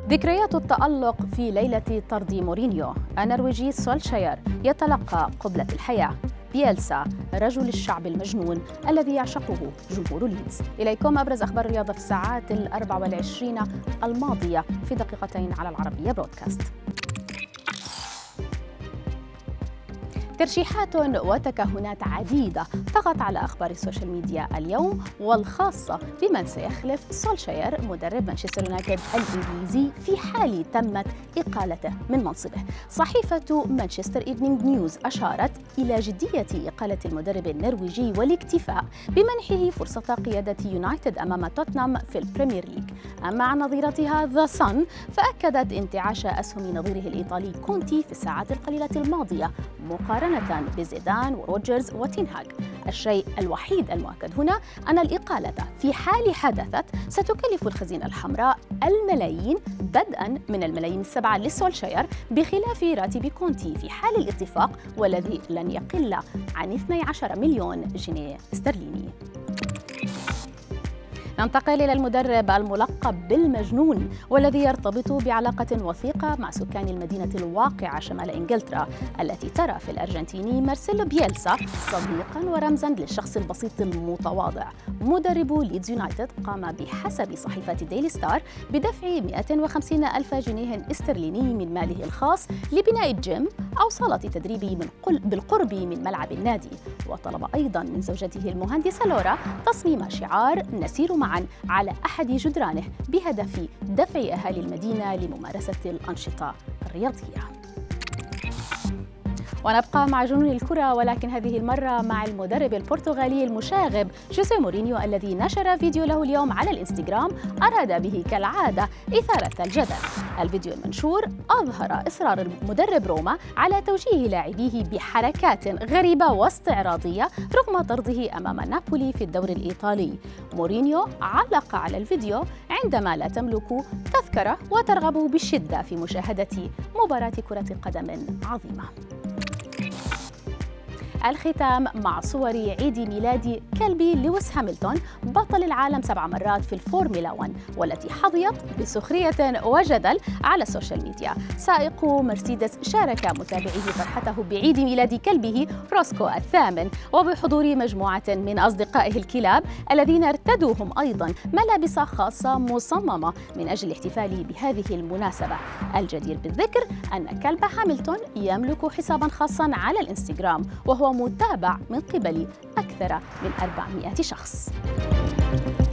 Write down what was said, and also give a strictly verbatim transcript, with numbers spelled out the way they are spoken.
ذكريات التألق في ليلة طرد مورينيو. النرويجي سولشاير يتلقى قبلة الحياة. بيلسا رجل الشعب المجنون الذي يعشقه جمهور ليدز. إليكم أبرز أخبار الرياضة في الساعات الأربع والعشرين الماضية في دقيقتين على العربية برودكاست. ترشيحات وتكهنات عديدة طغت على أخبار السوشيال ميديا اليوم، والخاصة بمن سيخلف سولشاير مدرب مانشستر يونايتد الإنجليزي في حال تمت إقالته من منصبه. صحيفة مانشستر إيفنينج نيوز أشارت إلى جدية إقالة المدرب النرويجي والاكتفاء بمنحه فرصة قيادة يونايتد أمام توتنهام في البريمير ليج. أما عن نظيرتها ذا صن فأكدت انتعاش أسهم نظيره الإيطالي كونتي في الساعات القليلة الماضية مقارنة بزيدان وروجرز وتينهاغ. الشيء الوحيد المؤكد هنا أن الإقالة في حال حدثت ستكلف الخزينة الحمراء الملايين، بدءا من الملايين السبعة لسولشاير، بخلاف راتب كونتي في حال الاتفاق والذي لن يقل عن اثني عشر مليون جنيه استرليني. ننتقل إلى المدرب الملقب بالمجنون والذي يرتبط بعلاقة وثيقة مع سكان المدينة الواقعة شمال إنجلترا، التي ترى في الأرجنتيني مارسيلو بيلسا صديقاً ورمزاً للشخص البسيط المتواضع. مدرب ليدز يونايتد قام بحسب صحيفة ديلي ستار بدفع مئة وخمسين ألف جنيه استرليني من ماله الخاص لبناء الجيم أو صالة تدريب من بالقرب من ملعب النادي. وطلب أيضاً من زوجته المهندسة لورا تصميم شعار نسير معاً على أحد جدرانه بهدف دفع أهالي المدينة لممارسة الأنشطة الرياضية. ونبقى مع جنون الكرة، ولكن هذه المرة مع المدرب البرتغالي المشاغب جوزيه مورينيو الذي نشر فيديو له اليوم على الانستغرام أراد به كالعادة إثارة الجدل. الفيديو المنشور أظهر إصرار مدرب روما على توجيه لاعبيه بحركات غريبة واستعراضية رغم طرده أمام نابولي في الدوري الإيطالي. مورينيو علق على الفيديو: عندما لا تملك تذكرة وترغب بشدة في مشاهدة مباراة كرة قدم عظيمة. الختام مع صور عيد ميلاد كلبي لويس هاملتون بطل العالم سبع مرات في الفورمولا واحد، والتي حظيت بسخرية وجدل على السوشيال ميديا. سائق مرسيدس شارك متابعيه فرحته بعيد ميلاد كلبه روسكو الثامن، وبحضور مجموعة من أصدقائه الكلاب الذين ارتدوهم أيضا ملابس خاصة مصممة من أجل الاحتفال بهذه المناسبة. الجدير بالذكر أن كلب هاملتون يملك حسابا خاصا على الانستغرام، وهو متابع من قبل أكثر من أربعمئة شخص.